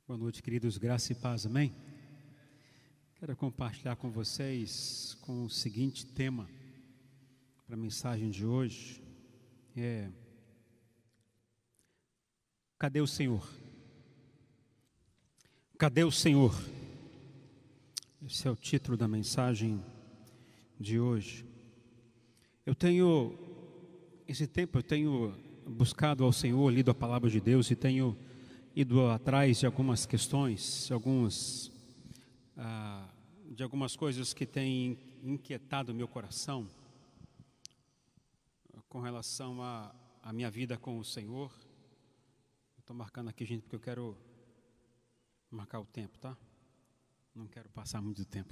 Boa noite, queridos, graça e paz, amém? Quero compartilhar com vocês com o seguinte tema para a mensagem de hoje, cadê o Senhor? Cadê o Senhor? Esse é o título da mensagem de hoje. Esse tempo eu tenho buscado ao Senhor, lido a palavra de Deus e tenho ido atrás de algumas questões, de algumas coisas que têm inquietado o meu coração com relação à minha vida com o Senhor. Estou marcando aqui, gente, porque eu quero marcar o tempo, tá? Não quero passar muito tempo.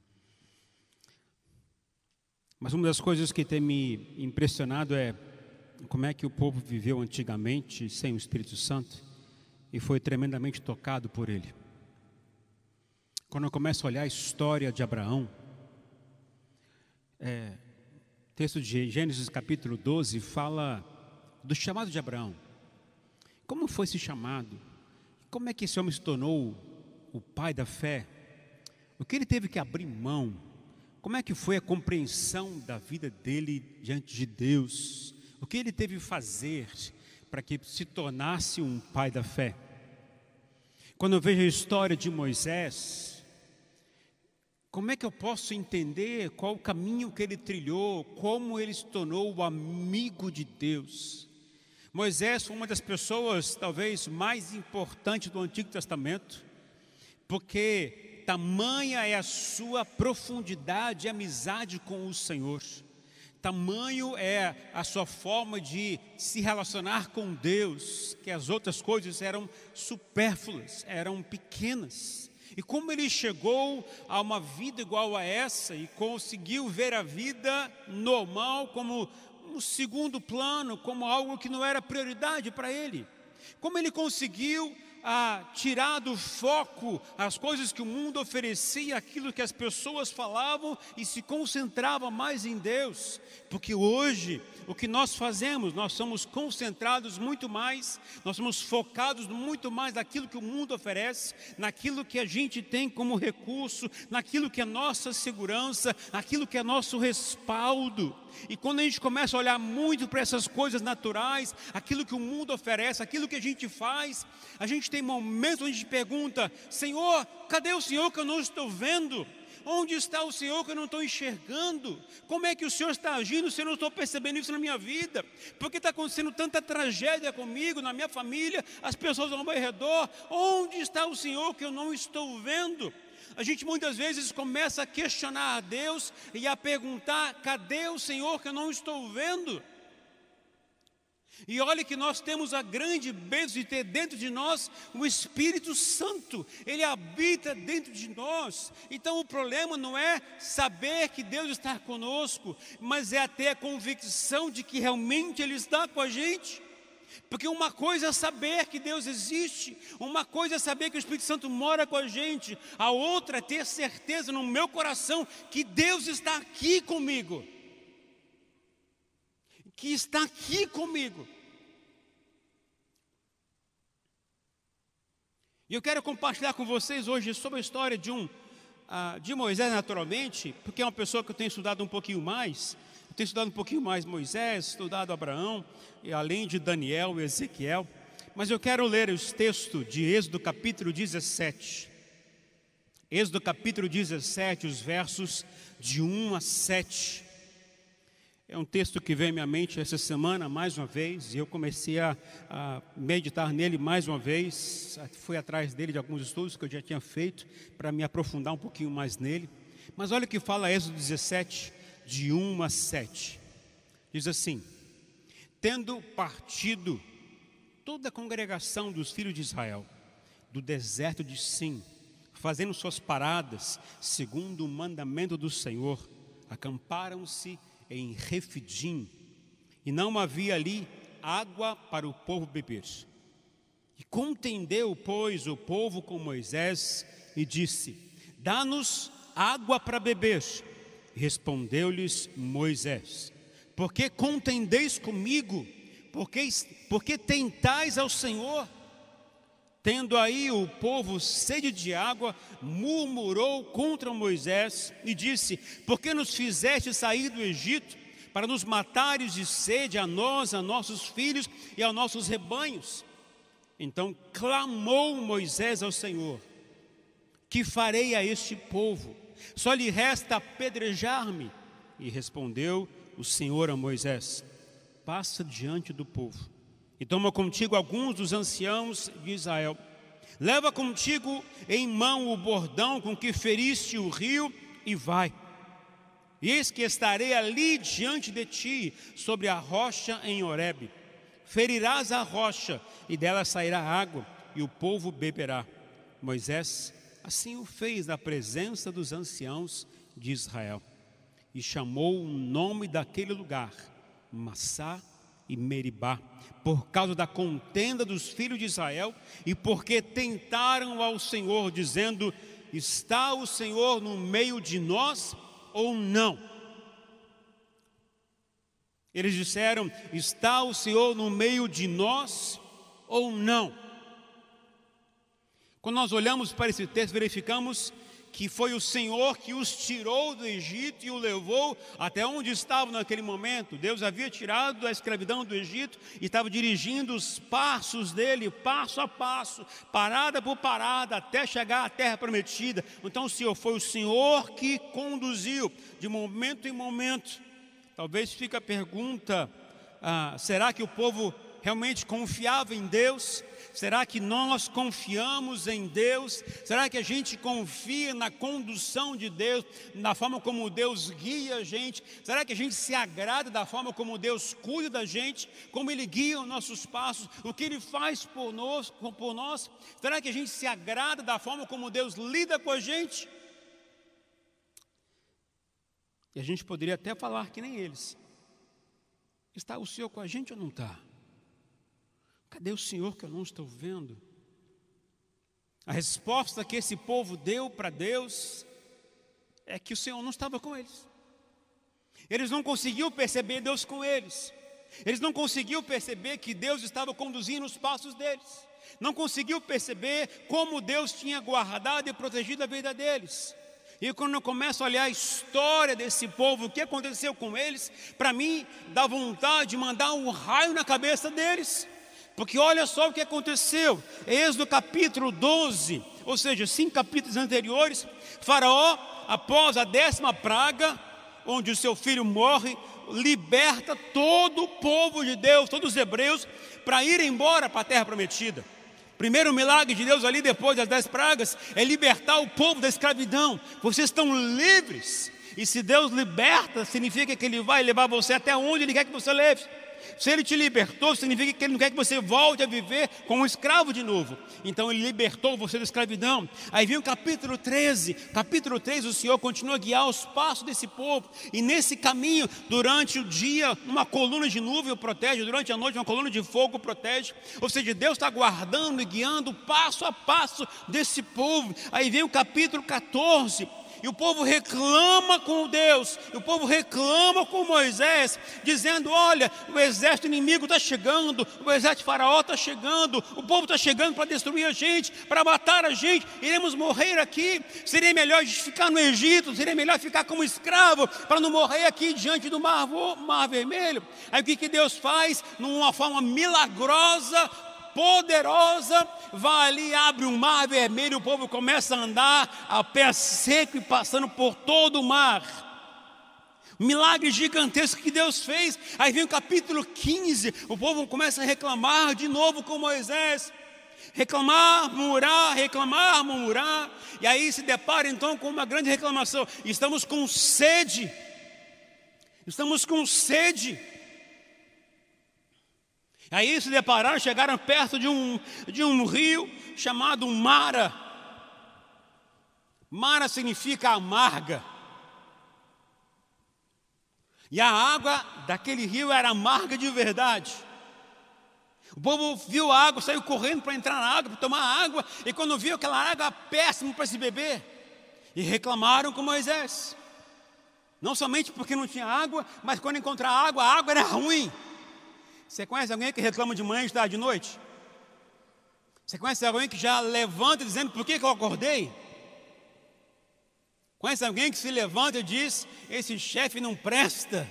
Mas uma das coisas que tem me impressionado é como é que o povo viveu antigamente sem o Espírito Santo e foi tremendamente tocado por ele. Quando eu começo a olhar a história de Abraão, texto de Gênesis capítulo 12 fala do chamado de Abraão. Como foi esse chamado? Como é que esse homem se tornou o pai da fé? O que ele teve que abrir mão? Como é que foi a compreensão da vida dele diante de Deus? O que ele teve que fazer para que se tornasse um pai da fé? Quando eu vejo a história de Moisés, como é que eu posso entender qual o caminho que ele trilhou, como ele se tornou o amigo de Deus? Moisés foi uma das pessoas talvez mais importantes do Antigo Testamento, porque tamanha é a sua profundidade e amizade com o Senhor. Tamanho é a sua forma de se relacionar com Deus, que as outras coisas eram supérfluas, eram pequenas. E como ele chegou a uma vida igual a essa e conseguiu ver a vida normal como um segundo plano, como algo que não era prioridade para ele. Como ele conseguiu tirar do foco as coisas que o mundo oferecia, aquilo que as pessoas falavam e se concentrava mais em Deus. Porque hoje, o que nós fazemos, nós somos concentrados muito mais, nós somos focados muito mais naquilo que o mundo oferece, naquilo que a gente tem como recurso, naquilo que é nossa segurança, naquilo que é nosso respaldo. E quando a gente começa a olhar muito para essas coisas naturais, aquilo que o mundo oferece, aquilo que a gente faz, a gente tem momentos onde a gente pergunta: Senhor, cadê o Senhor que eu não estou vendo? Onde está o Senhor que eu não estou enxergando? Como é que o Senhor está agindo se eu não estou percebendo isso na minha vida? Por que está acontecendo tanta tragédia comigo, na minha família, as pessoas ao meu redor? Onde está o Senhor que eu não estou vendo? A gente muitas vezes começa a questionar a Deus e a perguntar: cadê o Senhor que eu não estou vendo? E olha que nós temos a grande bênção de ter dentro de nós o Espírito Santo. Ele habita dentro de nós. Então o problema não é saber que Deus está conosco, mas é ter a convicção de que realmente Ele está com a gente. Porque uma coisa é saber que Deus existe, uma coisa é saber que o Espírito Santo mora com a gente, a outra é ter certeza no meu coração que Deus está aqui comigo. Que está aqui comigo. E eu quero compartilhar com vocês hoje sobre a história de Moisés, naturalmente, porque é uma pessoa que eu tenho estudado um pouquinho mais. Eu tenho estudado um pouquinho mais Moisés, estudado Abraão, e além de Daniel e Ezequiel. Mas eu quero ler os textos de Êxodo capítulo 17. Êxodo capítulo 17, os versos de 1 a 7. É um texto que veio à minha mente essa semana mais uma vez, e eu comecei a meditar nele mais uma vez. Fui atrás dele de alguns estudos que eu já tinha feito para me aprofundar um pouquinho mais nele. Mas olha o que fala Êxodo 17, de 1 a 7. Diz assim: tendo partido toda a congregação dos filhos de Israel do deserto de Sim, fazendo suas paradas segundo o mandamento do Senhor, acamparam-se em Refidim, e não havia ali água para o povo beber. E contendeu, pois, o povo com Moisés e disse: dá-nos água para beber. E respondeu-lhes Moisés: por que contendeis comigo? Porque tentais ao Senhor? Tendo aí o povo sede de água, murmurou contra Moisés e disse: por que nos fizeste sair do Egito para nos matares de sede a nós, a nossos filhos e aos nossos rebanhos? Então clamou Moisés ao Senhor: que farei a este povo? Só lhe resta apedrejar-me. E respondeu o Senhor a Moisés: passa diante do povo e toma contigo alguns dos anciãos de Israel. Leva contigo em mão o bordão com que feriste o rio e vai. E eis que estarei ali diante de ti, sobre a rocha em Horebe. Ferirás a rocha e dela sairá água e o povo beberá. Moisés assim o fez na presença dos anciãos de Israel. E chamou o nome daquele lugar Massá e Meribá, por causa da contenda dos filhos de Israel, e porque tentaram ao Senhor, dizendo: está o Senhor no meio de nós ou não? Eles disseram: está o Senhor no meio de nós ou não? Quando nós olhamos para esse texto, verificamos que foi o Senhor que os tirou do Egito e o levou até onde estavam naquele momento. Deus havia tirado da escravidão do Egito e estava dirigindo os passos dele, passo a passo, parada por parada, até chegar à terra prometida. Então foi o Senhor que conduziu de momento em momento. Talvez fique a pergunta: será que o povo realmente confiava em Deus? Será que nós confiamos em Deus? Será que a gente confia na condução de Deus, na forma como Deus guia a gente? Será que a gente se agrada da forma como Deus cuida da gente, como Ele guia os nossos passos, o que Ele faz por nós? Será que a gente se agrada da forma como Deus lida com a gente? E a gente poderia até falar que nem eles: está o Senhor com a gente ou não está? Cadê o Senhor que eu não estou vendo? A resposta que esse povo deu para Deus é que o Senhor não estava com eles. Eles não conseguiam perceber Deus com eles. Eles não conseguiam perceber que Deus estava conduzindo os passos deles. Não conseguiam perceber como Deus tinha guardado e protegido a vida deles. E quando eu começo a olhar a história desse povo, o que aconteceu com eles, para mim dá vontade de mandar um raio na cabeça deles. Porque olha só o que aconteceu. Êxodo capítulo 12, ou seja, 5 capítulos anteriores. Faraó, após a 10ª praga, onde o seu filho morre, liberta todo o povo de Deus, todos os hebreus, para ir embora para a terra prometida. Primeiro milagre de Deus ali, depois das 10 pragas, é libertar o povo da escravidão. Vocês estão livres. E se Deus liberta, significa que Ele vai levar você até onde Ele quer que você leve. Se Ele te libertou, significa que Ele não quer que você volte a viver como um escravo de novo. Então Ele libertou você da escravidão. Aí vem o capítulo 13. Capítulo 13, o Senhor continua a guiar os passos desse povo. E nesse caminho, durante o dia, uma coluna de nuvem o protege. Durante a noite, uma coluna de fogo o protege. Ou seja, Deus está guardando e guiando passo a passo desse povo. Aí vem o capítulo 14. E o povo reclama com Deus, o povo reclama com Moisés, dizendo: olha, o exército inimigo está chegando, o exército de Faraó está chegando, o povo está chegando para destruir a gente, para matar a gente, iremos morrer aqui. Seria melhor a gente ficar no Egito, seria melhor ficar como escravo, para não morrer aqui diante do mar Vermelho. Aí o que Deus faz? Numa forma milagrosa, poderosa, vai ali, abre um mar vermelho, o povo começa a andar a pé seco e passando por todo o mar. Milagre gigantesco que Deus fez. Aí vem o capítulo 15, o povo começa a reclamar de novo com Moisés. Reclamar, murmurar, e aí se depara então com uma grande reclamação: estamos com sede. Aí se depararam, chegaram perto de um rio chamado Mara. Mara significa amarga. E a água daquele rio era amarga de verdade. O povo viu a água, saiu correndo para entrar na água, para tomar água. E quando viu aquela água péssima para se beber, e reclamaram com Moisés. Não somente porque não tinha água, mas quando encontraram a água era ruim. Você conhece alguém que reclama de manhã e tarde de noite? Você conhece alguém que já levanta dizendo: por que eu acordei? Conhece alguém que se levanta e diz: esse chefe não presta,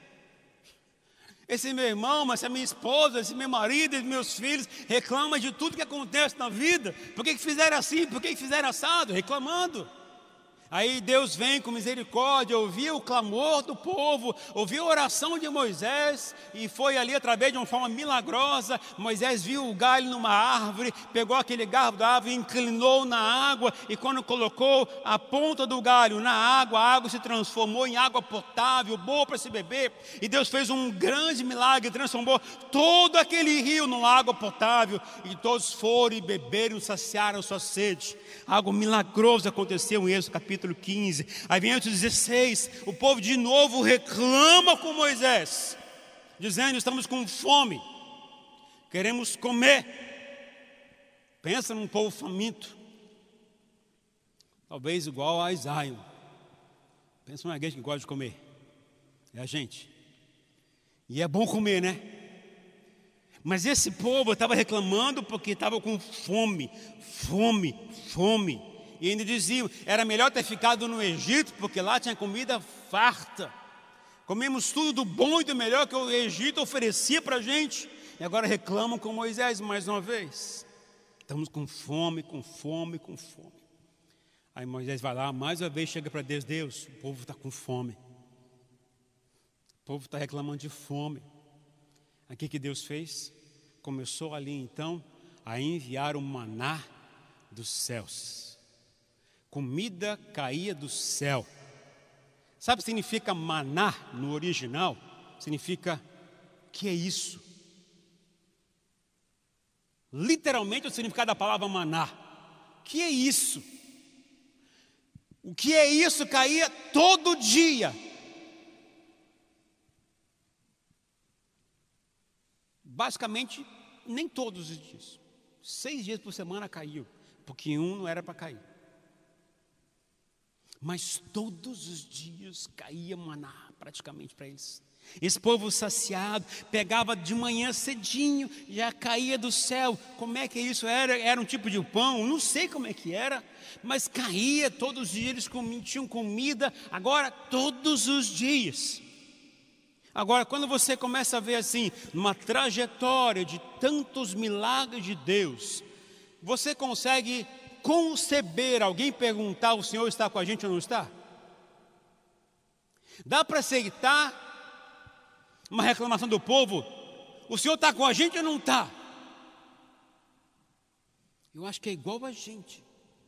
esse meu irmão, essa minha esposa, esse meu marido, esses meus filhos reclamam de tudo que acontece na vida. Por que fizeram assim? Por que fizeram assado? Reclamando. Aí Deus vem com misericórdia, ouviu o clamor do povo, ouviu a oração de Moisés, e foi ali através de uma forma milagrosa. Moisés viu o galho numa árvore, pegou aquele galho da árvore, inclinou na água, e quando colocou a ponta do galho na água, a água se transformou em água potável, boa para se beber. E Deus fez um grande milagre, transformou todo aquele rio numa água potável, e todos foram e beberam, saciaram sua sede. Algo milagroso aconteceu em Êxodo capítulo 15. Aí vem Êxodo 16, o povo de novo reclama com Moisés, dizendo: estamos com fome, queremos comer. Pensa num povo faminto, talvez igual a Israel. Pensa numa gente que gosta de comer, é a gente, e é bom comer, né? Mas esse povo estava reclamando porque estava com fome, fome, fome. E ainda diziam: era melhor ter ficado no Egito, porque lá tinha comida farta. Comemos tudo do bom e do melhor que o Egito oferecia para a gente. E agora reclamam com Moisés mais uma vez. Estamos com fome, com fome, com fome. Aí Moisés vai lá, mais uma vez chega para Deus: Deus, o povo está com fome. O povo está reclamando de fome. Aqui que Deus fez? Começou ali então a enviar o maná dos céus. Comida caía do céu. Sabe o que significa maná no original? Significa: que é isso? Literalmente o significado da palavra maná. Que é isso? O que é isso? Caía todo dia. Basicamente, nem todos os dias. 6 dias por semana caiu, porque um não era para cair. Mas todos os dias caía maná praticamente para eles. Esse povo saciado pegava de manhã cedinho, já caía do céu. Como é que isso era? Era um tipo de pão? Não sei como é que era, mas caía todos os dias. Eles tinham comida, agora todos os dias. Agora, quando você começa a ver assim, numa trajetória de tantos milagres de Deus, você consegue conceber alguém perguntar: o Senhor está com a gente ou não está? Dá para aceitar uma reclamação do povo: o Senhor está com a gente ou não está? Eu acho que é igual a gente.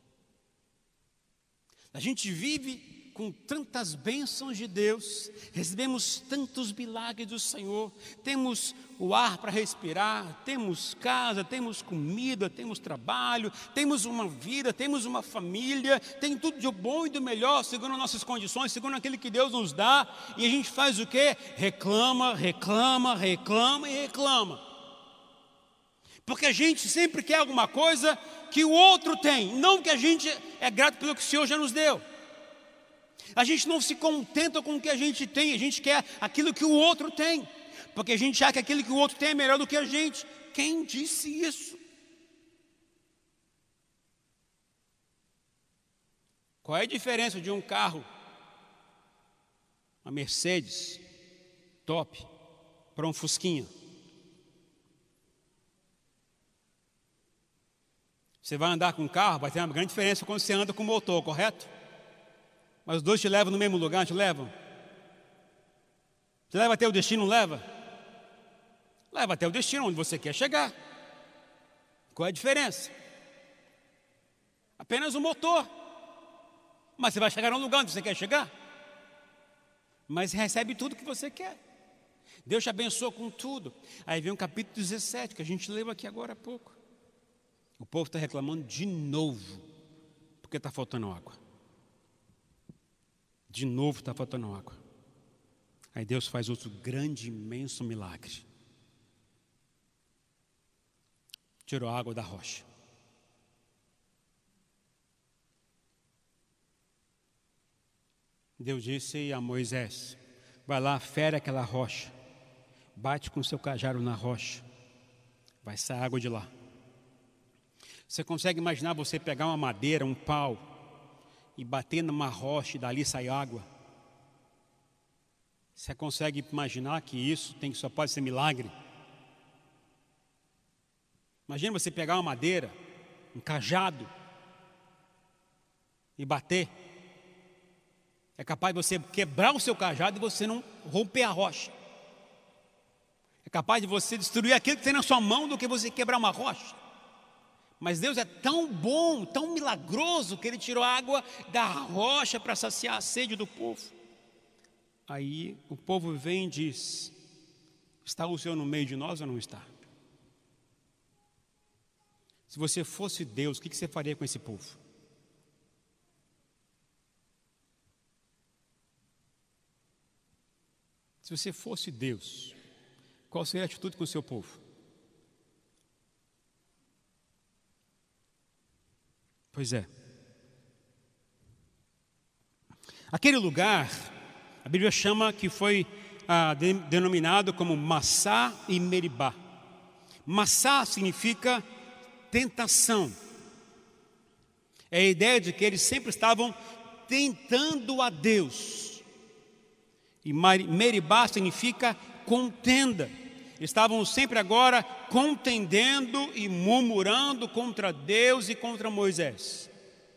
A gente vive com tantas bênçãos de Deus, recebemos tantos milagres do Senhor, temos o ar para respirar, temos casa, temos comida, temos trabalho, temos uma vida, temos uma família, tem tudo de bom e do melhor, segundo as nossas condições, segundo aquilo que Deus nos dá, e a gente faz o quê? Reclama, reclama, reclama e reclama. Porque a gente sempre quer alguma coisa que o outro tem, não que a gente é grato pelo que o Senhor já nos deu. A gente não se contenta com o que a gente tem, a gente quer aquilo que o outro tem, porque a gente acha que aquilo que o outro tem é melhor do que a gente. Quem disse isso? Qual é a diferença de um carro, uma Mercedes top, para um Fusquinha? Você vai andar com um carro, vai ter uma grande diferença quando você anda com o motor, correto? Mas os dois te levam no mesmo lugar, não te levam? Você leva até o destino, não leva? Leva até o destino onde você quer chegar. Qual é a diferença? Apenas o motor. Mas você vai chegar no lugar onde você quer chegar. Mas recebe tudo que você quer. Deus te abençoa com tudo. Aí vem o capítulo 17, que a gente leu aqui agora há pouco. O povo está reclamando de novo, porque está faltando água. De novo está faltando água. Aí Deus faz outro grande, imenso milagre. Tirou a água da rocha. Deus disse a Moisés: vai lá, fere aquela rocha, bate com seu cajado na rocha, vai sair água de lá. Você consegue imaginar você pegar uma madeira, um pau, e bater numa rocha e dali sai água? Você consegue imaginar que isso só pode ser milagre? Imagina você pegar uma madeira, um cajado, e bater. É capaz de você quebrar o seu cajado e você não romper a rocha. É capaz de você destruir aquilo que tem na sua mão do que você quebrar uma rocha. Mas Deus é tão bom, tão milagroso, que Ele tirou a água da rocha para saciar a sede do povo. Aí o povo vem e diz: está o Senhor no meio de nós ou não está? Se você fosse Deus, o que você faria com esse povo? Se você fosse Deus, qual seria a atitude com o seu povo? Pois é. Aquele lugar, a Bíblia chama que foi denominado como Massá e Meribá. Massá significa tentação. É a ideia de que eles sempre estavam tentando a Deus. E Meribá significa contenda. Estavam sempre agora contendendo e murmurando contra Deus e contra Moisés.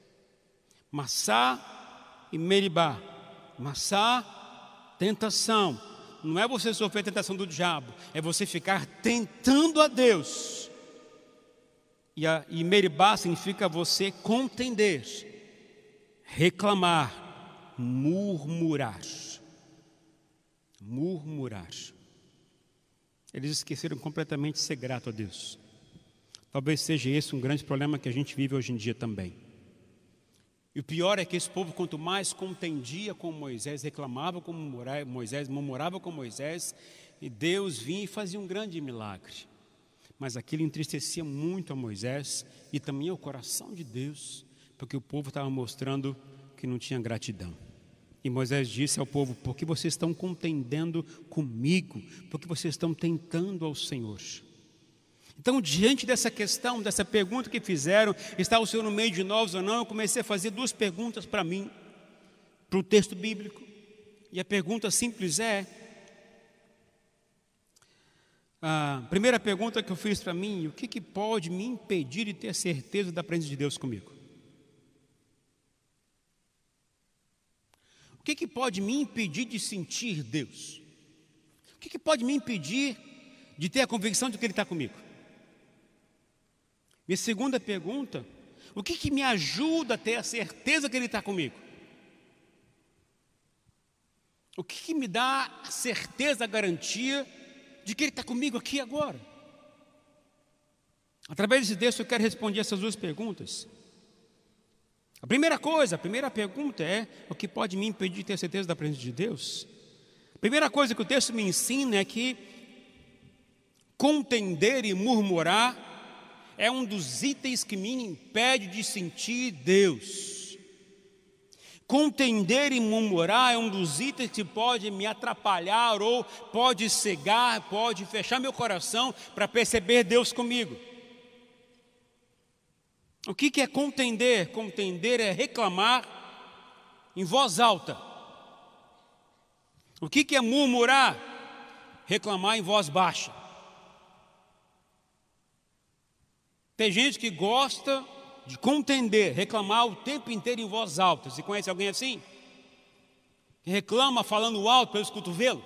Massá e Meribá. Massá, tentação. Não é você sofrer a tentação do diabo, é você ficar tentando a Deus. E Meribá significa você contender, reclamar, murmurar. Murmurar. Eles esqueceram completamente de ser grato a Deus. Talvez seja esse um grande problema que a gente vive hoje em dia também. E o pior é que esse povo, quanto mais contendia com Moisés, reclamava com Moisés, murmurava com Moisés, e Deus vinha e fazia um grande milagre. Mas aquilo entristecia muito a Moisés e também ao coração de Deus, porque o povo estava mostrando que não tinha gratidão. E Moisés disse ao povo: por que vocês estão contendendo comigo? Por que vocês estão tentando ao Senhor? Então, diante dessa questão, dessa pergunta que fizeram, está o Senhor no meio de nós ou não? Eu comecei a fazer duas perguntas para mim, para o texto bíblico. E a pergunta simples é: a primeira pergunta que eu fiz para mim: o que pode me impedir de ter certeza da presença de Deus comigo? O que pode me impedir de sentir Deus? O que pode me impedir de ter a convicção de que Ele está comigo? Minha segunda pergunta: o que me ajuda a ter a certeza que Ele está comigo? O que me dá a certeza, a garantia de que Ele está comigo aqui e agora? Através desse texto eu quero responder essas duas perguntas. A primeira pergunta é: o que pode me impedir de ter certeza da presença de Deus? A primeira coisa que o texto me ensina é que contender e murmurar é um dos itens que me impede de sentir Deus. Contender e murmurar é um dos itens que pode me atrapalhar ou pode cegar, pode fechar meu coração para perceber Deus comigo. O que é contender? Contender é reclamar em voz alta. O que é murmurar? Reclamar em voz baixa. Tem gente que gosta de contender, reclamar o tempo inteiro em voz alta. Você conhece alguém assim? Que reclama falando alto pelos cotovelos?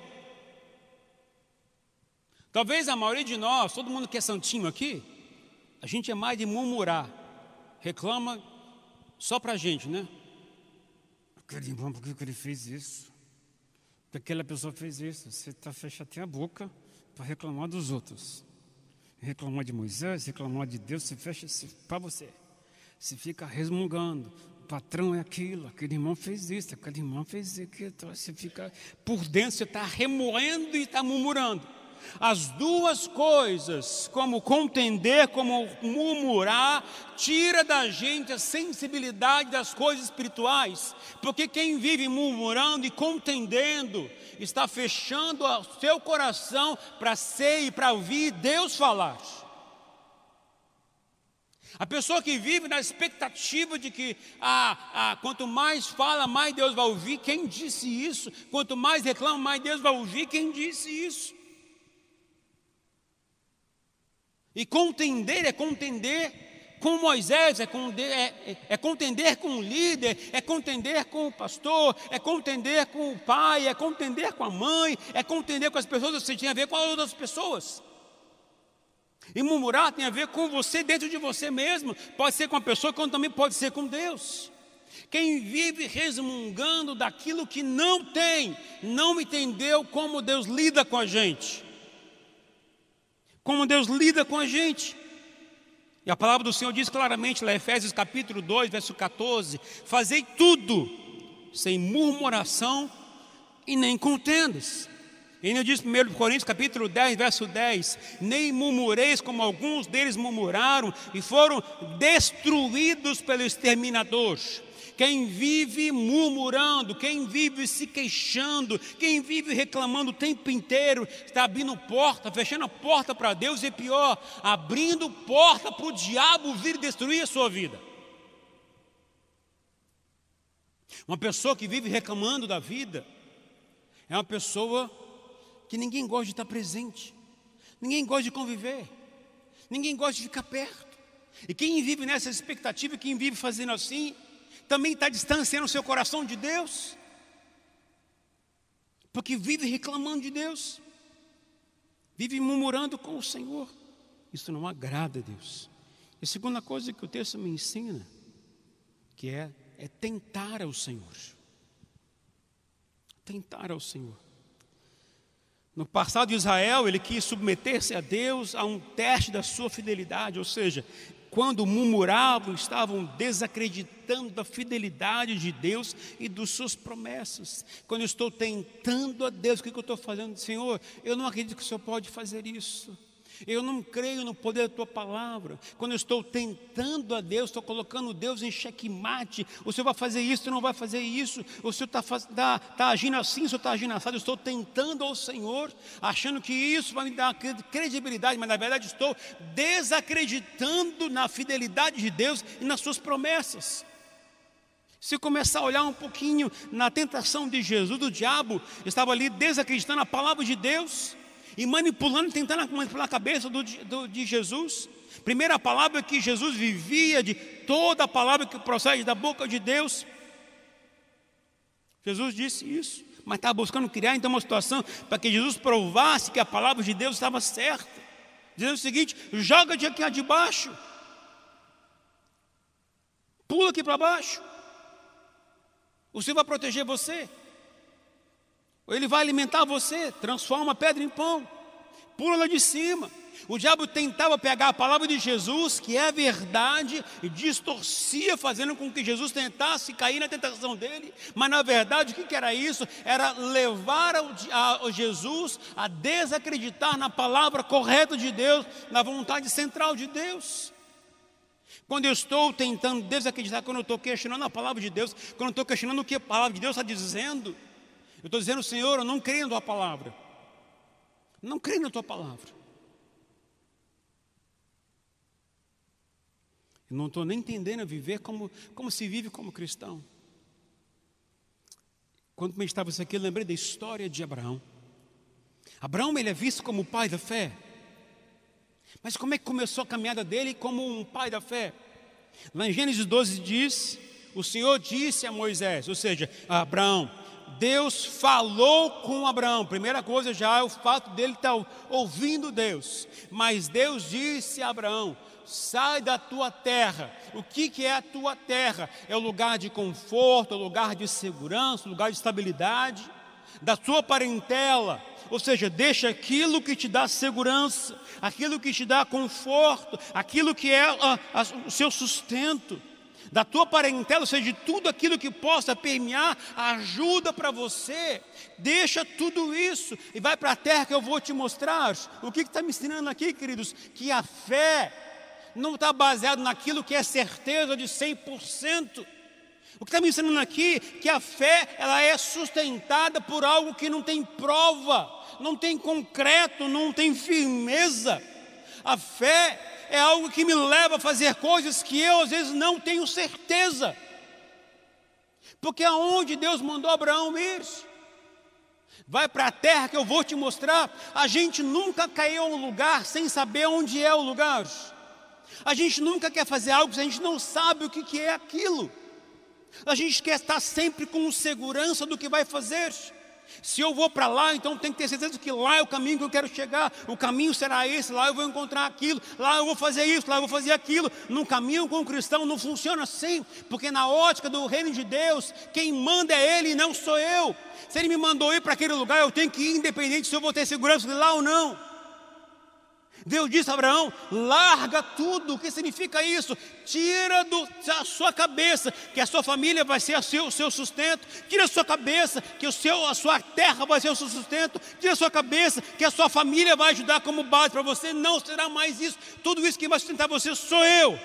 Talvez a maioria de nós, todo mundo que é santinho aqui, a gente é mais de murmurar. Reclama só para a gente, né? Aquele irmão, por que ele fez isso? Porque aquela pessoa fez isso. Você fecha até a boca para reclamar dos outros. Reclamar de Moisés, reclamar de Deus, você fecha para você. Você fica resmungando. O patrão é aquilo, aquele irmão fez isso, aquele irmão fez aquilo. Você fica por dentro, você está remoendo e está murmurando. As duas coisas, como contender, como murmurar, tira da gente a sensibilidade das coisas espirituais, porque quem vive murmurando e contendendo está fechando o seu coração para ser e para ouvir Deus falar. A pessoa que vive na expectativa de que quanto mais fala, mais Deus vai ouvir. Quem disse isso? Quanto mais reclama, mais Deus vai ouvir. Quem disse isso? E contender é contender com Moisés, é contender com o líder, é contender com o pastor, é contender com o pai, é contender com a mãe, é contender com as pessoas. Você tem a ver com as outras pessoas. E murmurar tem a ver com você dentro de você mesmo. Pode ser com a pessoa, como também pode ser com Deus. Quem vive resmungando daquilo que não tem, não entendeu como Deus lida com a gente. Como Deus lida com a gente. E a palavra do Senhor diz claramente lá em Efésios capítulo 2, verso 14: fazei tudo sem murmuração e nem contendas. E ainda diz 1 Coríntios capítulo 10, verso 10: nem murmureis como alguns deles murmuraram e foram destruídos pelo exterminador. Quem vive murmurando, quem vive se queixando, quem vive reclamando o tempo inteiro, está abrindo porta, fechando a porta para Deus, e pior, abrindo porta para o diabo vir destruir a sua vida. Uma pessoa que vive reclamando da vida é uma pessoa que ninguém gosta de estar presente, ninguém gosta de conviver, ninguém gosta de ficar perto. E quem vive nessa expectativa, quem vive fazendo assim, também está distanciando o seu coração de Deus, porque vive reclamando de Deus, vive murmurando com o Senhor. Isso não agrada a Deus. E a segunda coisa que o texto me ensina, que é tentar ao Senhor. Tentar ao Senhor. No passado de Israel, ele quis submeter-se a Deus a um teste da sua fidelidade, ou seja, quando murmuravam, estavam desacreditando da fidelidade de Deus e das suas promessas. Quando eu estou tentando a Deus, o que eu estou fazendo? Senhor, eu não acredito que o Senhor pode fazer isso. Eu não creio no poder da tua palavra. Quando eu estou tentando a Deus, estou colocando Deus em xeque-mate. O Senhor vai fazer isso, o Senhor não vai fazer isso. O Senhor está agindo assim, o Senhor está agindo assado. Eu estou tentando ao Senhor, achando que isso vai me dar credibilidade, mas na verdade estou desacreditando na fidelidade de Deus e nas suas promessas. Se começar a olhar um pouquinho na tentação de Jesus, o diabo estava ali desacreditando a palavra de Deus e manipulando, tentando manipular a cabeça de Jesus. Primeira palavra que Jesus vivia, de toda a palavra que procede da boca de Deus. Jesus disse isso, mas estava buscando criar então uma situação para que Jesus provasse que a palavra de Deus estava certa, dizendo o seguinte: joga-te aqui de baixo, pula aqui para baixo, o Senhor vai proteger você. Ou Ele vai alimentar você, transforma a pedra em pão, pula lá de cima. O diabo tentava pegar a palavra de Jesus, que é a verdade, e distorcia, fazendo com que Jesus tentasse cair na tentação dele. Mas na verdade o que era isso? Era levar a Jesus a desacreditar na palavra correta de Deus, na vontade central de Deus. Quando eu estou tentando desacreditar, quando eu estou questionando a palavra de Deus, quando eu estou questionando o que a palavra de Deus está dizendo, eu estou dizendo: Senhor, eu não creio na tua palavra. Não creio na tua palavra. Eu não estou nem entendendo a viver como se vive como cristão. Quando me estava isso aqui, eu lembrei da história de Abraão. Abraão, ele é visto como o pai da fé. Mas como é que começou a caminhada dele como um pai da fé? Lá em Gênesis 12 diz: o Senhor disse a Moisés, ou seja, a Abraão, Deus falou com Abraão. Primeira coisa já é o fato dele estar ouvindo Deus. Mas Deus disse a Abraão: sai da tua terra. O que é a tua terra? É o lugar de conforto, é o lugar de segurança, o lugar de estabilidade, da tua parentela. Ou seja, deixa aquilo que te dá segurança, aquilo que te dá conforto, aquilo que é o seu sustento, da tua parentela, ou seja, de tudo aquilo que possa permear a ajuda para você. Deixa tudo isso e vai para a terra que eu vou te mostrar. O que está me ensinando aqui, queridos? Que a fé não está baseada naquilo que é certeza de 100%. O que está me ensinando aqui, que a fé, ela é sustentada por algo que não tem prova, não tem concreto, não tem firmeza. A fé é algo que me leva a fazer coisas que eu às vezes não tenho certeza. Porque aonde Deus mandou Abraão ir? Vai para a terra que eu vou te mostrar. A gente nunca caiu em um lugar sem saber onde é o lugar. A gente nunca quer fazer algo se a gente não sabe o que é aquilo. A gente quer estar sempre com segurança do que vai fazer. Se eu vou para lá, então tem que ter certeza que lá é o caminho que eu quero chegar. O caminho será esse, lá eu vou encontrar aquilo, lá eu vou fazer isso, lá eu vou fazer aquilo. No caminho com o cristão não funciona assim, porque na ótica do reino de Deus, quem manda é Ele e não sou eu. Se Ele me mandou ir para aquele lugar, eu tenho que ir independente se eu vou ter segurança de lá ou não. Deus disse a Abraão: larga tudo. O que significa isso? Tira da sua cabeça que a sua família vai ser o seu sustento. Tira da sua cabeça que a sua terra vai ser o seu sustento. Tira da sua cabeça que a sua família vai ajudar como base para você. Não será mais isso. Tudo isso que vai sustentar você sou eu.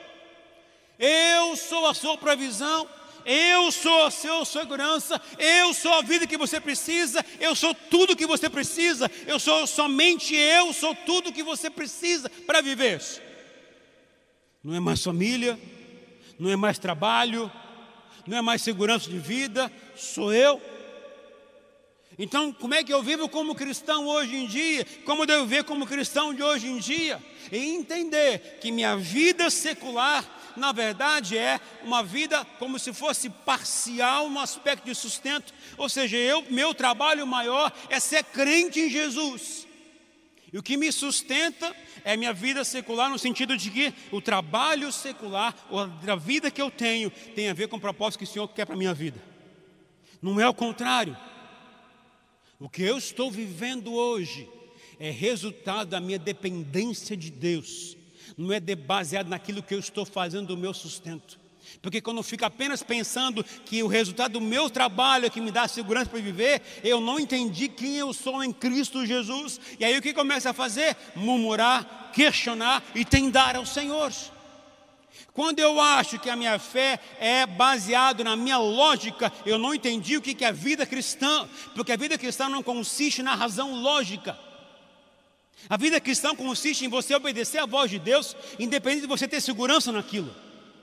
Eu sou a sua provisão. Eu sou a sua segurança, eu sou a vida que você precisa, eu sou tudo que você precisa, eu sou tudo que você precisa para viver. Não é mais família, não é mais trabalho, não é mais segurança de vida, sou eu. Então, como é que eu vivo como cristão hoje em dia? Como eu devo viver como cristão de hoje em dia? E entender que minha vida secular, na verdade, é uma vida como se fosse parcial, um aspecto de sustento. Ou seja, meu trabalho maior é ser crente em Jesus. E o que me sustenta é minha vida secular, no sentido de que o trabalho secular, ou a vida que eu tenho, tem a ver com o propósito que o Senhor quer para a minha vida. Não é o contrário. O que eu estou vivendo hoje é resultado da minha dependência de Deus. Não é baseado naquilo que eu estou fazendo do meu sustento. Porque quando eu fico apenas pensando que o resultado do meu trabalho é que me dá segurança para viver, eu não entendi quem eu sou em Cristo Jesus. E aí o que começa a fazer? Murmurar, questionar e tendar ao Senhor. Quando eu acho que a minha fé é baseada na minha lógica, eu não entendi o que é a vida cristã. Porque a vida cristã não consiste na razão lógica. A vida cristã consiste em você obedecer à voz de Deus, independente de você ter segurança naquilo.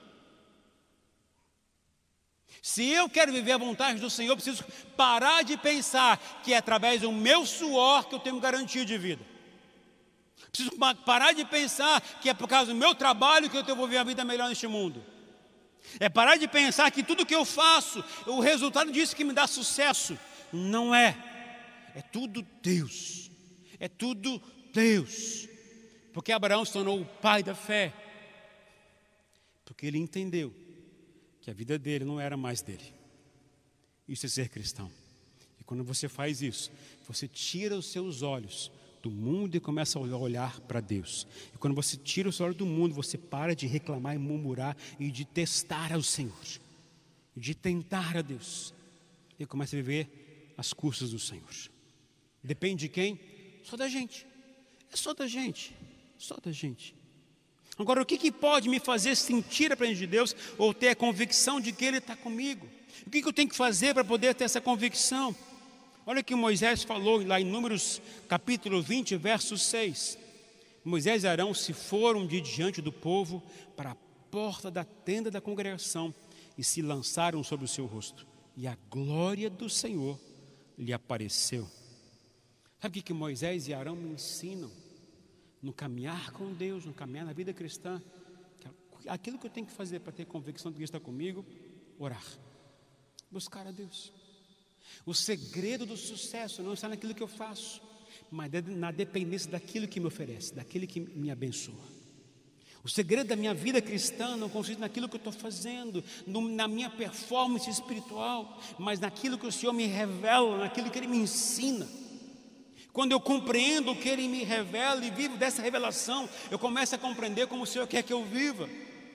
Se eu quero viver a vontade do Senhor, eu preciso parar de pensar que é através do meu suor que eu tenho garantia de vida. Preciso parar de pensar que é por causa do meu trabalho que eu vou viver a vida melhor neste mundo. É parar de pensar que tudo que eu faço, o resultado disso que me dá sucesso. Não é. É tudo Deus. É tudo Deus. Porque Abraão se tornou o pai da fé. Porque ele entendeu que a vida dele não era mais dele. Isso é ser cristão. E quando você faz isso, você tira os seus olhos do mundo e começa a olhar para Deus. E quando você tira os olhos do mundo, você para de reclamar e murmurar e de testar ao Senhor. E de tentar a Deus. E começa a viver as custas do Senhor. Depende de quem? Só da gente. É só da gente. Só da gente. Agora, o que pode me fazer sentir a presença de Deus ou ter a convicção de que Ele está comigo? O que eu tenho que fazer para poder ter essa convicção? Olha o que Moisés falou lá em Números capítulo 20, verso 6. Moisés e Arão se foram de diante do povo para a porta da tenda da congregação e se lançaram sobre o seu rosto. E a glória do Senhor lhe apareceu. Sabe o que Moisés e Arão me ensinam? No caminhar com Deus, no caminhar na vida cristã, aquilo que eu tenho que fazer para ter convicção de que Deus está comigo, orar, buscar a Deus. O segredo do sucesso não está naquilo que eu faço, mas na dependência daquilo que me oferece, daquele que me abençoa. O segredo da minha vida cristã não consiste naquilo que eu estou fazendo, na minha performance espiritual, mas naquilo que o Senhor me revela, naquilo que Ele me ensina. Quando eu compreendo o que Ele me revela e vivo dessa revelação, eu começo a compreender como o Senhor quer que eu viva.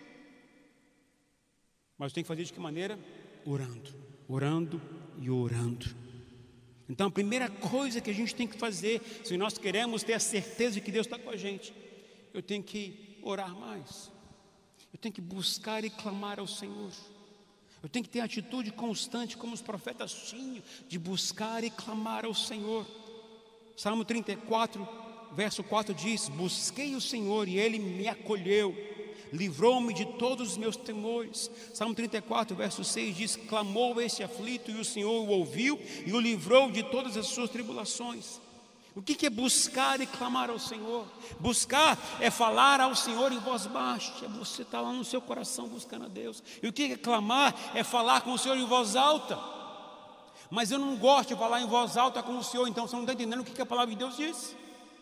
Mas eu tenho que fazer de que maneira? Orando, orando e orando. Então a primeira coisa que a gente tem que fazer, se nós queremos ter a certeza de que Deus está com a gente, eu tenho que orar mais. Eu tenho que buscar e clamar ao Senhor. Eu tenho que ter atitude constante, como os profetas tinham, de buscar e clamar ao Senhor. Salmo 34, verso 4 diz: busquei o Senhor e Ele me acolheu, livrou-me de todos os meus temores. Salmo 34, verso 6 diz: clamou este aflito e o Senhor o ouviu e o livrou de todas as suas tribulações. O que é buscar e clamar ao Senhor? Buscar é falar ao Senhor em voz baixa, é você estar lá no seu coração buscando a Deus. E o que é clamar? É falar com o Senhor em voz alta. Mas eu não gosto de falar em voz alta com o Senhor, então você não está entendendo o que a palavra de Deus diz.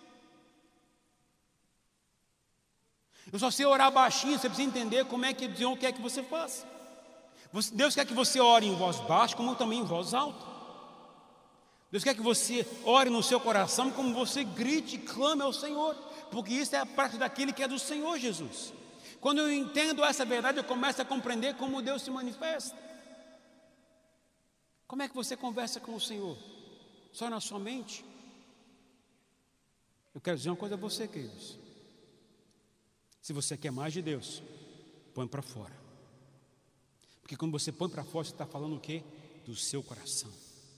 Eu só sei orar baixinho, você precisa entender como é que o Senhor quer que você faça. Deus quer que você ore em voz baixa, como também em voz alta. Deus quer que você ore no seu coração, como você grite e clame ao Senhor, porque isso é a parte daquele que é do Senhor Jesus. Quando eu entendo essa verdade, eu começo a compreender como Deus se manifesta. Como é que você conversa com o Senhor? Só na sua mente? Eu quero dizer uma coisa a você, queridos. Se você quer mais de Deus, põe para fora. Porque quando você põe para fora, você está falando o quê? Do seu coração.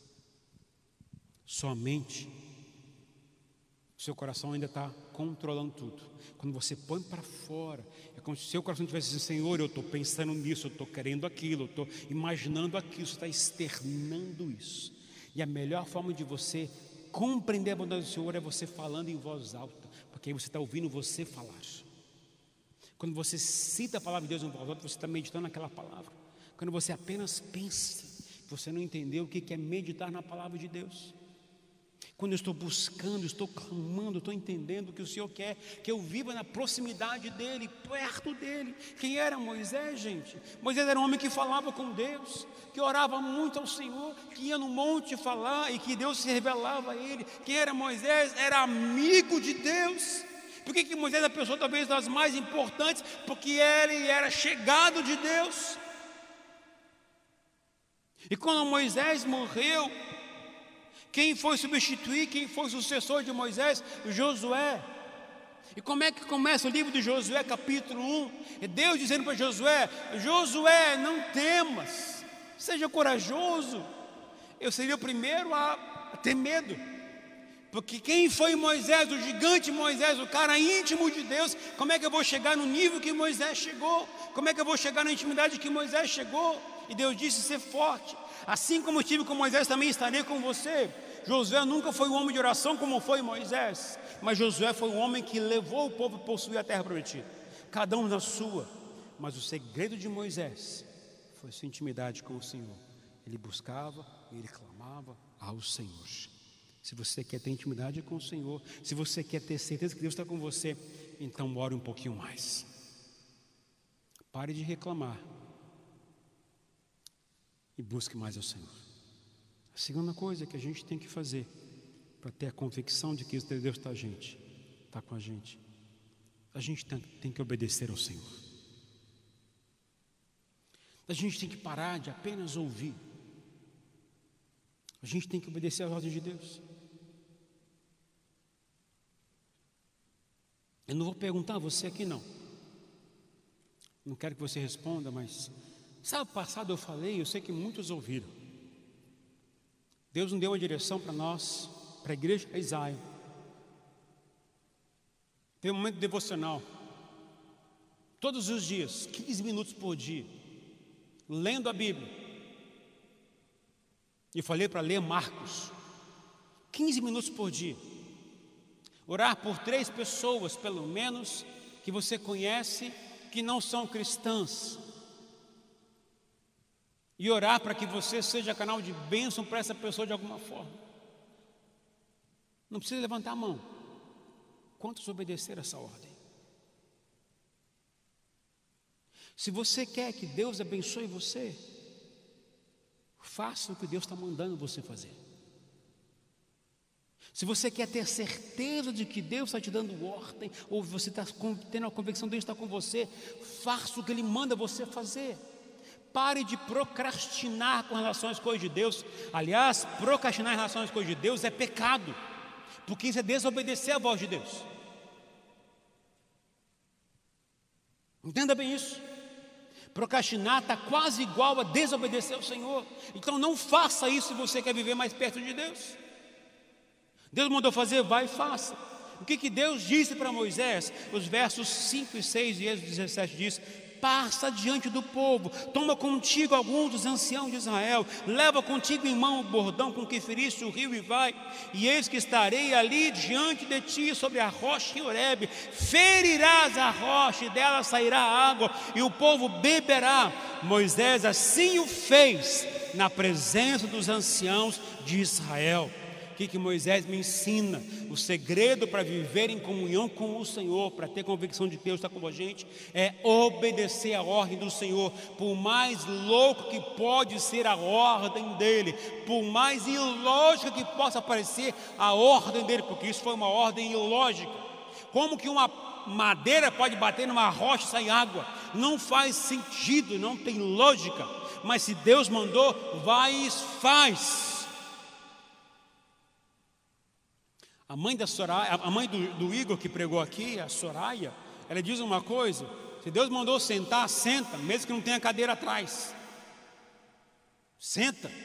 Sua mente, o seu coração ainda está controlando tudo. Quando você põe para fora, é como se o seu coração tivesse dizendo: Senhor, eu estou pensando nisso, eu estou querendo aquilo, eu estou imaginando aquilo, você está externando isso. E a melhor forma de você compreender a bondade do Senhor é você falando em voz alta, porque aí você está ouvindo você falar. Quando você cita a palavra de Deus em voz alta, você está meditando naquela palavra. Quando você apenas pensa, você não entendeu o que é meditar na palavra de Deus. Quando eu estou buscando, estou clamando, estou entendendo que o Senhor quer que eu viva na proximidade dEle, perto dEle. Quem era Moisés, gente? Moisés era um homem que falava com Deus, que orava muito ao Senhor, que ia no monte falar e que Deus se revelava a ele. Quem era Moisés? Era amigo de Deus. Por que Moisés é a pessoa talvez das mais importantes? Porque ele era chegado de Deus. E quando Moisés morreu, quem foi substituir, quem foi sucessor de Moisés? Josué. E como é que começa o livro de Josué, capítulo 1? É Deus dizendo para Josué: Josué, não temas, seja corajoso. Eu seria o primeiro a ter medo, porque quem foi Moisés? O gigante Moisés, o cara íntimo de Deus. Como é que eu vou chegar no nível que Moisés chegou? Como é que eu vou chegar na intimidade que Moisés chegou? E Deus disse: ser forte. Assim como eu estive com Moisés, também estarei com você. Josué nunca foi um homem de oração como foi Moisés, mas Josué foi um homem que levou o povo a possuir a terra prometida, cada um na sua. Mas o segredo de Moisés foi sua intimidade com o Senhor. Ele buscava, ele clamava ao Senhor. Se você quer ter intimidade com o Senhor, se você quer ter certeza que Deus está com você, então ore um pouquinho mais. Pare de reclamar e busque mais ao Senhor. A segunda coisa que a gente tem que fazer para ter a convicção de que Deus está com a gente tem que obedecer ao Senhor. A gente tem que parar de apenas ouvir. A gente tem que obedecer às ordens de Deus. Eu não vou perguntar a você aqui não. Não quero que você responda, mas sábado passado eu falei, eu sei que muitos ouviram. Deus nos deu uma direção para nós, para a igreja de Israel. Tem um momento devocional. Todos os dias, 15 minutos por dia, lendo a Bíblia. E falei para ler Marcos, 15 minutos por dia. Orar por 3 pessoas, pelo menos, que você conhece, que não são cristãs. E orar para que você seja canal de bênção para essa pessoa de alguma forma. Não precisa levantar a mão. Quantos obedeceram essa ordem? Se você quer que Deus abençoe você, faça o que Deus está mandando você fazer. Se você quer ter certeza de que Deus está te dando ordem, ou você está tendo a convicção de Deus está com você, faça o que Ele manda você fazer. Pare de procrastinar com relação às coisas de Deus. Aliás, procrastinar em relação às coisas de Deus é pecado, porque isso é desobedecer à voz de Deus. Entenda bem isso. Procrastinar está quase igual a desobedecer ao Senhor. Então não faça isso se você quer viver mais perto de Deus. Deus mandou fazer, vai e faça. O que Deus disse para Moisés? Os versos 5 e 6 de Êxodo 17 diz: passa diante do povo, toma contigo alguns dos anciãos de Israel, leva contigo em mão o bordão com que feriste o rio e vai, e eis que estarei ali diante de ti sobre a rocha em Horebe, ferirás a rocha e dela sairá água e o povo beberá. Moisés assim o fez na presença dos anciãos de Israel. O que Moisés me ensina? O segredo para viver em comunhão com o Senhor, para ter convicção de que Deus está com a gente, é obedecer a ordem do Senhor. Por mais louco que pode ser a ordem dele, por mais ilógica que possa parecer a ordem dele, porque isso foi uma ordem ilógica. Como que uma madeira pode bater numa rocha e sair água? Não faz sentido, não tem lógica. Mas se Deus mandou, vai e faz. A mãe da Soraya, a mãe do Igor que pregou aqui, a Soraya, ela diz uma coisa: se Deus mandou sentar, senta, mesmo que não tenha cadeira atrás. Senta.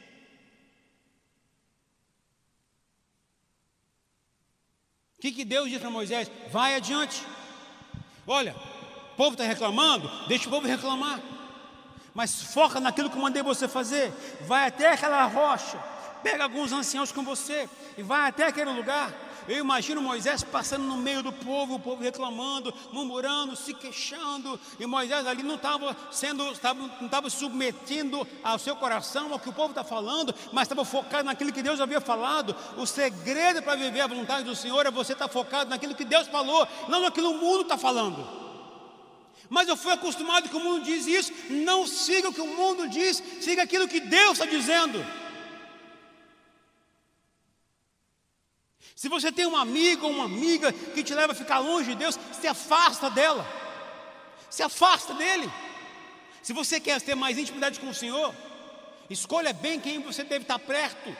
O que Deus diz para Moisés? Vai adiante. Olha, o povo está reclamando, deixa o povo reclamar, mas foca naquilo que eu mandei você fazer. Vai até aquela rocha, pega alguns anciãos com você e vai até aquele lugar. Eu imagino Moisés passando no meio do povo, o povo reclamando, murmurando, se queixando, e Moisés ali não estava submetendo ao seu coração ao que o povo está falando, mas estava focado naquilo que Deus havia falado. O segredo para viver a vontade do Senhor é você estar focado naquilo que Deus falou, não naquilo que o mundo está falando. Mas eu fui acostumado que o mundo diz isso. Não siga o que o mundo diz, siga aquilo que Deus está dizendo. Se você tem um amigo ou uma amiga que te leva a ficar longe de Deus, se afasta dela, se afasta dele. Se você quer ter mais intimidade com o Senhor, escolha bem quem você deve estar perto.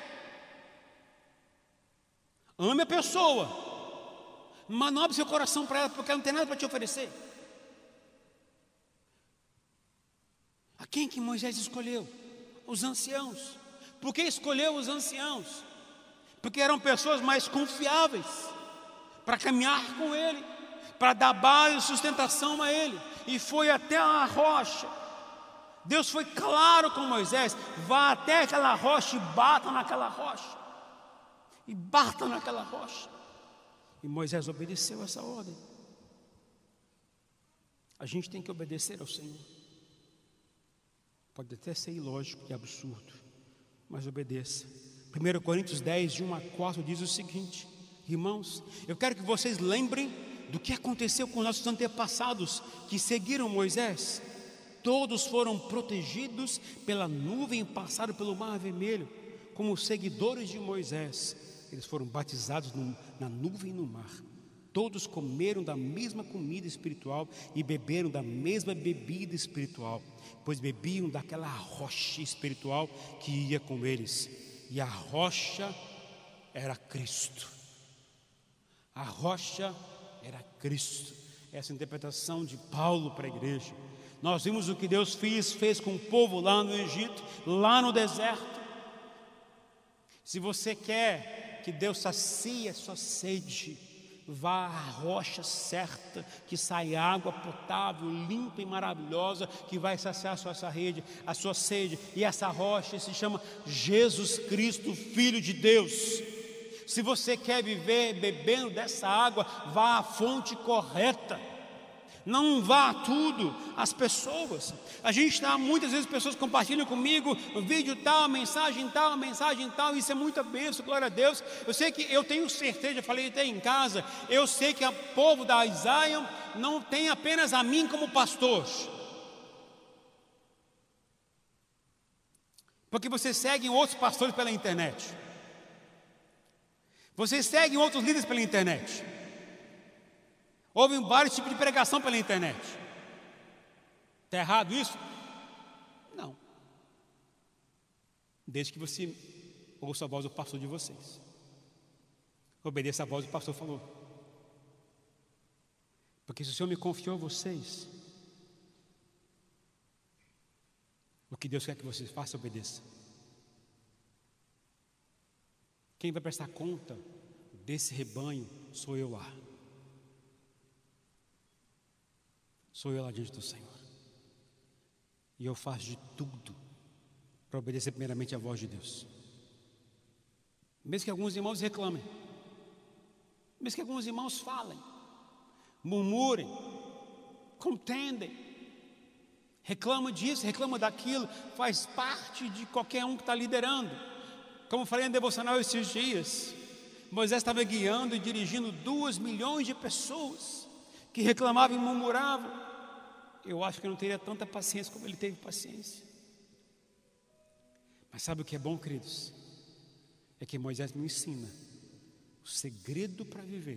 Ame a pessoa, mas não abre seu coração para ela, porque ela não tem nada para te oferecer. A quem que Moisés escolheu? Os anciãos. Por que escolheu os anciãos? Porque eram pessoas mais confiáveis para caminhar com ele, para dar base e sustentação a ele. E foi até a rocha. Deus foi claro com Moisés: vá até aquela rocha e bata naquela rocha. E bata naquela rocha. E Moisés obedeceu essa ordem. A gente tem que obedecer ao Senhor. Pode até ser ilógico e absurdo, mas obedeça. 1 Coríntios 10, de 1 a 4 diz o seguinte: irmãos, eu quero que vocês lembrem do que aconteceu com nossos antepassados que seguiram Moisés. Todos foram protegidos pela nuvem e passaram pelo mar vermelho, como seguidores de Moisés. Eles foram batizados na nuvem e no mar. Todos comeram da mesma comida espiritual e beberam da mesma bebida espiritual, pois bebiam daquela rocha espiritual que ia com eles. E a rocha era Cristo. A rocha era Cristo. Essa é a interpretação de Paulo para a igreja. Nós vimos o que Deus fez com o povo lá no Egito, lá no deserto. Se você quer que Deus sacie a sua sede, vá à rocha certa, que sai água potável, limpa e maravilhosa, que vai saciar a sua sede. E essa rocha se chama Jesus Cristo, Filho de Deus. Se você quer viver bebendo dessa água, vá à fonte correta. Não vá a tudo, as pessoas. A gente está, muitas vezes pessoas compartilham comigo o vídeo tal, a mensagem tal, isso é muita bênção, glória a Deus. Eu sei que, eu tenho certeza, falei até em casa, eu sei que o povo da Zion não tem apenas a mim como pastor, porque vocês seguem outros pastores pela internet, vocês seguem outros líderes pela internet. Houve vários tipos de pregação pela internet. Está errado isso? Não. Desde que você ouça a voz do pastor de vocês. Obedeça a voz do pastor falou. Porque se o Senhor me confiou a vocês, o que Deus quer que vocês façam, obedeça. Quem vai prestar conta desse rebanho sou eu lá. Sou eu lá diante do Senhor. E eu faço de tudo para obedecer primeiramente à voz de Deus. Mesmo que alguns irmãos reclamem, mesmo que alguns irmãos falem, murmurem, contendem, reclamam disso, reclamam daquilo, faz parte de qualquer um que está liderando. Como falei no devocional esses dias, Moisés estava guiando e dirigindo 2 milhões de pessoas que reclamavam e murmuravam. Eu acho que eu não teria tanta paciência como ele teve paciência. Mas sabe o que é bom, queridos? É que Moisés me ensina o segredo para viver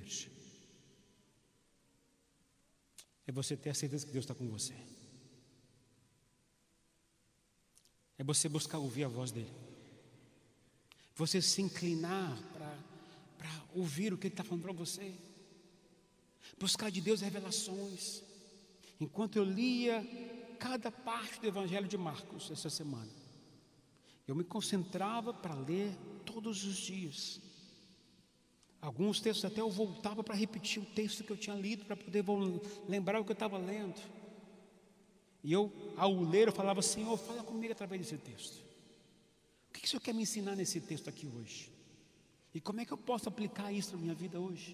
é você ter a certeza que Deus está com você. É você buscar ouvir a voz dele. Você se inclinar para ouvir o que ele está falando para você. Buscar de Deus revelações. Enquanto eu lia cada parte do Evangelho de Marcos essa semana, eu me concentrava para ler todos os dias. Alguns textos até eu voltava para repetir o texto que eu tinha lido, para poder lembrar o que eu estava lendo. E eu, ao ler, eu falava: Senhor, fala comigo através desse texto. O que o Senhor quer me ensinar nesse texto aqui hoje? E como é que eu posso aplicar isso na minha vida hoje?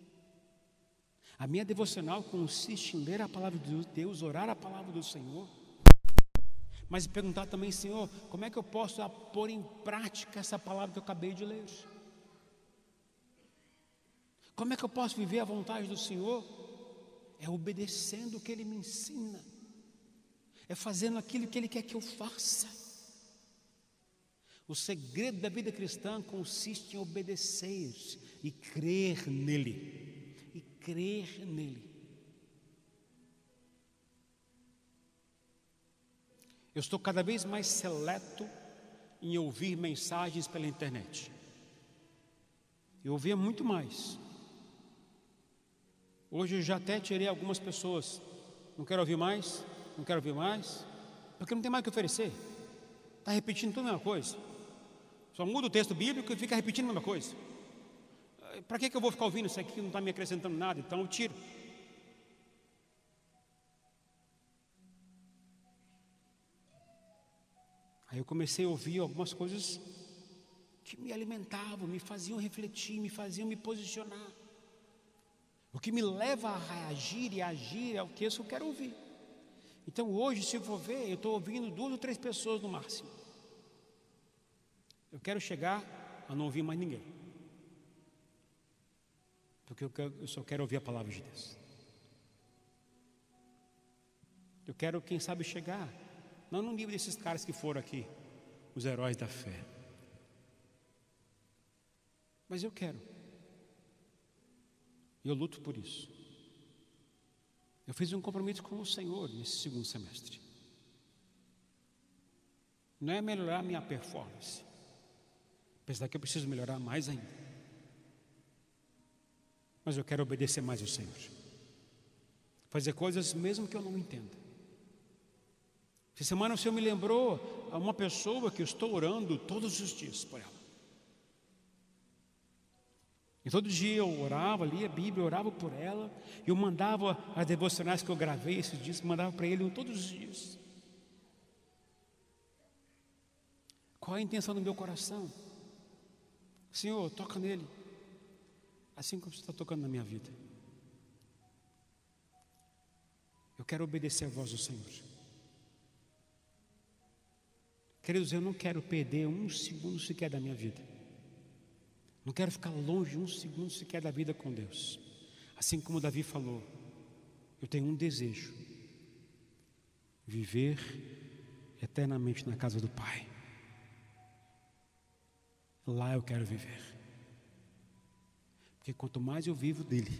A minha devocional consiste em ler a palavra de Deus, orar a palavra do Senhor, mas perguntar também: Senhor, como é que eu posso pôr em prática essa palavra que eu acabei de ler? Como é que eu posso viver a vontade do Senhor? É obedecendo o que Ele me ensina, é fazendo aquilo que Ele quer que eu faça. O segredo da vida cristã consiste em obedecer e crer nele. E crer nele. Eu estou cada vez mais seleto em ouvir mensagens pela internet. Eu ouvia muito mais. Hoje eu já até tirei algumas pessoas. Não quero ouvir mais, não quero ouvir mais, porque não tem mais o que oferecer. Está repetindo tudo a mesma coisa. Só muda o texto bíblico e fica repetindo a mesma coisa. Para que eu vou ficar ouvindo isso aqui que não está me acrescentando nada? Então eu tiro. Aí eu comecei a ouvir algumas coisas que me alimentavam, me faziam refletir, me faziam me posicionar. O que me leva a reagir e agir é o que eu quero ouvir. Então hoje, se eu for ver, eu estou ouvindo 2 ou 3 pessoas no máximo. Eu quero chegar a não ouvir mais ninguém, porque eu só quero ouvir a palavra de Deus. Eu quero, quem sabe, chegar não no nível desses caras que foram aqui, os heróis da fé, mas eu quero, e eu luto por isso. Eu fiz um compromisso com o Senhor nesse segundo semestre. Não é melhorar a minha performance, apesar que eu preciso melhorar mais ainda, mas eu quero obedecer mais ao Senhor, fazer coisas mesmo que eu não entenda. Essa semana o Senhor me lembrou a uma pessoa que eu estou orando todos os dias por ela. E todo dia eu orava, lia a Bíblia, orava por ela. E eu mandava as devocionais que eu gravei esses dias, mandava para ele todos os dias. Qual é a intenção do meu coração? Senhor, toca nele, assim como você está tocando na minha vida. Eu quero obedecer a voz do Senhor. Queridos, eu não quero perder um segundo sequer da minha vida. Não quero ficar longe um segundo sequer da vida com Deus. Assim como Davi falou, eu tenho um desejo: viver eternamente na casa do Pai. Lá eu quero viver. Porque quanto mais eu vivo dele,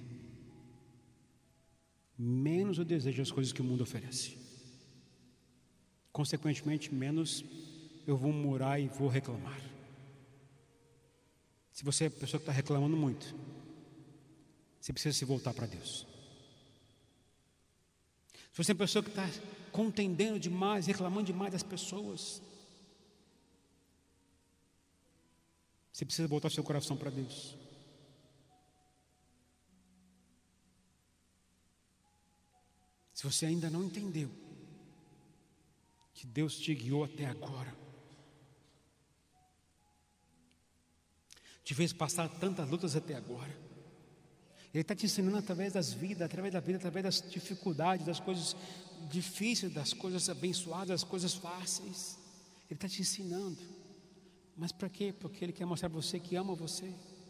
menos eu desejo as coisas que o mundo oferece. Consequentemente, menos eu vou murmurar e vou reclamar. Se você é a pessoa que está reclamando muito, você precisa se voltar para Deus. Se você é a pessoa que está contendendo demais, reclamando demais das pessoas, você precisa voltar seu coração para Deus. você ainda não entendeu que Deus te guiou até agora, te fez passar tantas lutas até agora, Ele está te ensinando através das vidas, através da vida, através das dificuldades, das coisas difíceis, das coisas abençoadas, das coisas fáceis. Ele está te ensinando. Mas para quê? Porque Ele quer mostrar para você que ama você.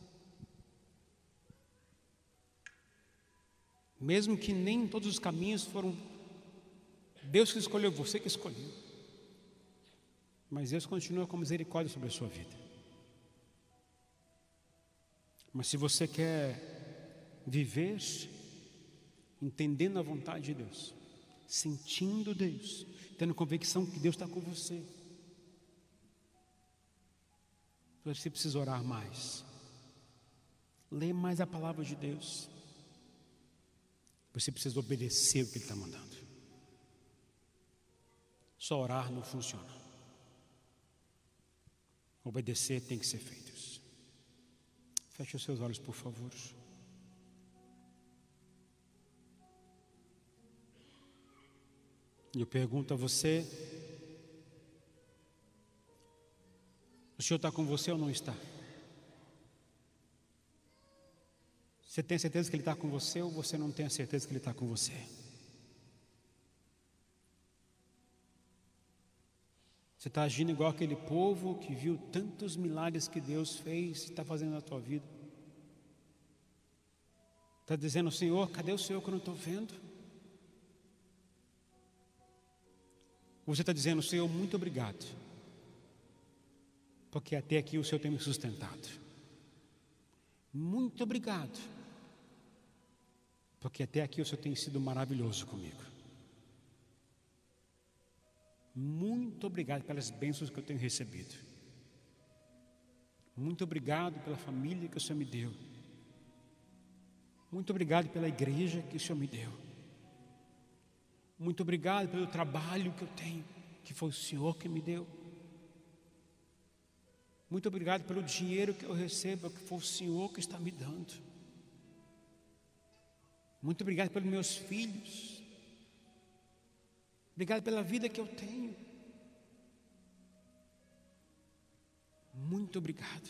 Mesmo que nem todos os caminhos foram Deus que escolheu, você que escolheu. Mas Deus continua com misericórdia sobre a sua vida. Mas se você quer viver entendendo a vontade de Deus, sentindo Deus, tendo convicção que Deus está com você, você precisa orar mais, ler mais a palavra de Deus. Você precisa obedecer o que Ele está mandando. Só orar não funciona. Obedecer tem que ser feito. Feche os seus olhos, por favor. E eu pergunto a você: o Senhor está com você ou não está? Você tem certeza que Ele está com você ou você não tem a certeza que Ele está com você? Você está agindo igual aquele povo que viu tantos milagres que Deus fez e está fazendo na tua vida? Está dizendo: Senhor, cadê o Senhor que eu não estou vendo? Você está dizendo: Senhor, muito obrigado, porque até aqui o Senhor tem me sustentado. Muito obrigado, porque até aqui o Senhor tem sido maravilhoso comigo. Muito obrigado pelas bênçãos que eu tenho recebido. Muito obrigado pela família que o Senhor me deu. Muito obrigado pela igreja que o Senhor me deu. Muito obrigado pelo trabalho que eu tenho, que foi o Senhor que me deu. Muito obrigado pelo dinheiro que eu recebo, que foi o Senhor que está me dando. Muito obrigado pelos meus filhos. Obrigado pela vida que eu tenho. Muito obrigado.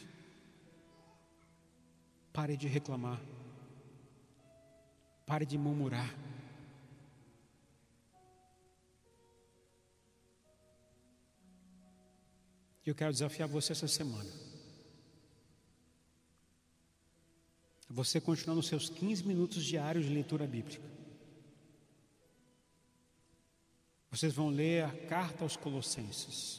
Pare de reclamar. Pare de murmurar. Eu quero desafiar você essa semana. Você continuar nos seus 15 minutos diários de leitura bíblica. Vocês vão ler a carta aos Colossenses.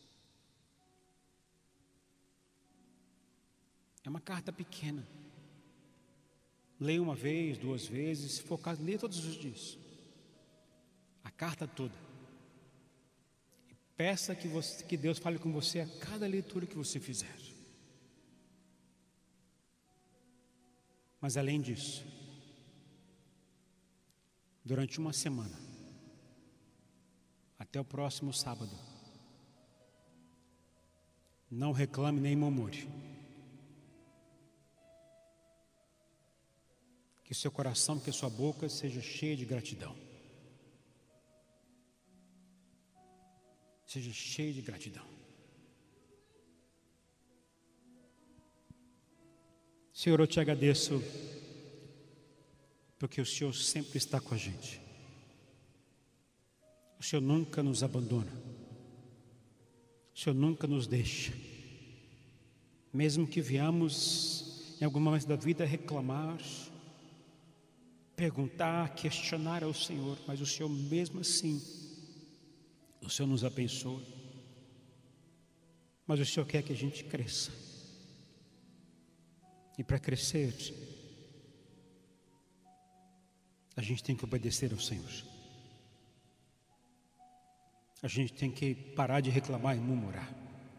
É uma carta pequena. Leia uma vez, 2 vezes, se for o caso, leia todos os dias. A carta toda. E peça que Deus fale com você a cada leitura que você fizer. Mas além disso, durante uma semana, até o próximo sábado, não reclame nem murmure. Que seu coração, que sua boca seja cheia de gratidão. Seja cheio de gratidão. Senhor, eu te agradeço, porque o Senhor sempre está com a gente. O Senhor nunca nos abandona. O Senhor nunca nos deixa. Mesmo que viemos em algum momento da vida reclamar, perguntar, questionar ao Senhor, mas o Senhor mesmo assim, o Senhor nos abençoa. Mas o Senhor quer que a gente cresça. E para crescer, a gente tem que obedecer ao Senhor. A gente tem que parar de reclamar e murmurar.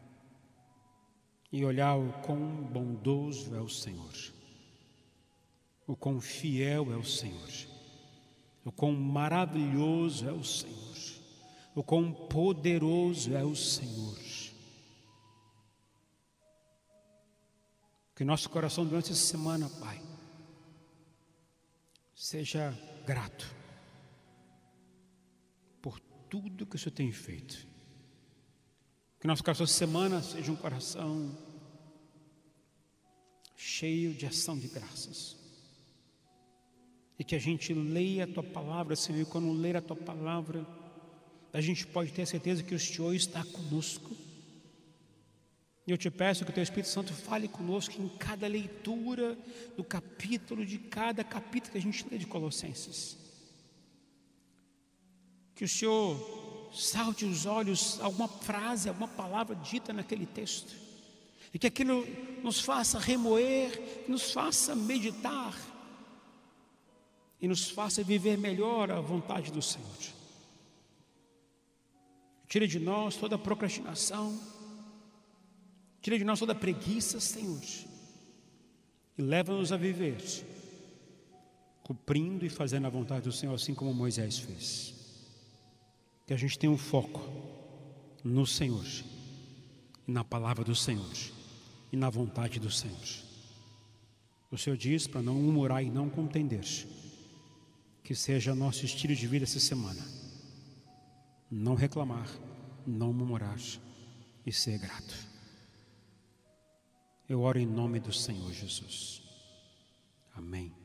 E olhar o quão bondoso é o Senhor. O quão fiel é o Senhor. O quão maravilhoso é o Senhor. O quão poderoso é o Senhor. Que nosso coração durante essa semana, Pai, seja grato. tudo que o Senhor tem feito. Que nosso coração essa semana seja um coração cheio de ação de graças. E que a gente leia a Tua palavra, Senhor, e quando ler a Tua palavra, a gente pode ter a certeza que o Senhor está conosco. E eu te peço que o Teu Espírito Santo fale conosco em cada leitura do capítulo, de cada capítulo que a gente lê de Colossenses. Que o Senhor salte os olhos alguma frase, alguma palavra dita naquele texto, e que aquilo nos faça remoer, nos faça meditar e nos faça viver melhor a vontade do Senhor. Tira de nós toda a procrastinação, tira de nós toda a preguiça, Senhor, e leva-nos a viver cumprindo e fazendo a vontade do Senhor, assim como Moisés fez. Que a gente tenha um foco no Senhor, e na palavra do Senhor, e na vontade do Senhor. O Senhor diz para não murmurar e não contender. Que seja nosso estilo de vida essa semana: não reclamar, não murmurar e ser grato. Eu oro em nome do Senhor Jesus. Amém.